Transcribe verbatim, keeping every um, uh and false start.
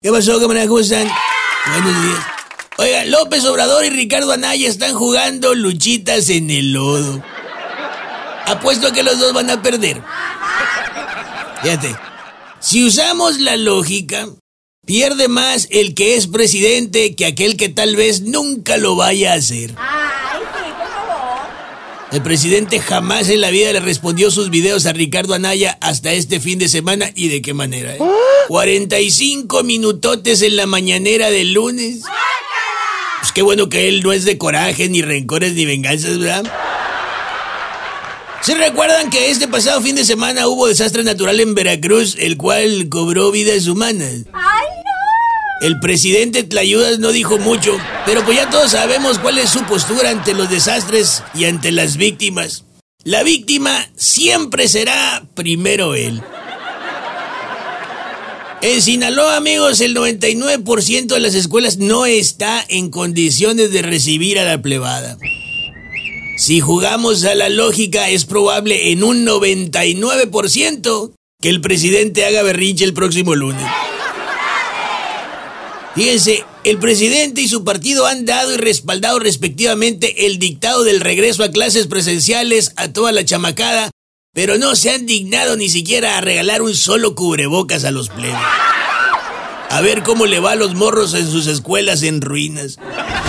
¿Qué pasó, camarada? ¿Cómo están? Buenos días. Oiga, López Obrador y Ricardo Anaya están jugando luchitas en el lodo. Apuesto a que los dos van a perder. Fíjate, si usamos la lógica, pierde más el que es presidente que aquel que tal vez nunca lo vaya a hacer. Ay, sí, por favor. El presidente jamás en la vida le respondió sus videos a Ricardo Anaya hasta este fin de semana. ¿Y de qué manera? Eh? cuarenta y cinco minutotes en la mañanera del lunes. Pues qué bueno que él no es de coraje, ni rencores, ni venganzas, ¿verdad? ¿Se recuerdan que este pasado fin de semana hubo desastre natural en Veracruz, el cual cobró vidas humanas? ¡Ay, no! El presidente Tlayudas no dijo mucho, pero pues ya todos sabemos cuál es su postura ante los desastres y ante las víctimas. La víctima siempre será primero él. En Sinaloa, amigos, el noventa y nueve por ciento de las escuelas no está en condiciones de recibir a la plebada. Si jugamos a la lógica, es probable en un noventa y nueve por ciento que el presidente haga berrinche el próximo lunes. Fíjense, el presidente y su partido han dado y respaldado respectivamente el dictado del regreso a clases presenciales a toda la chamacada, pero no se han dignado ni siquiera a regalar un solo cubrebocas a los plebes. A ver cómo le va a los morros en sus escuelas en ruinas.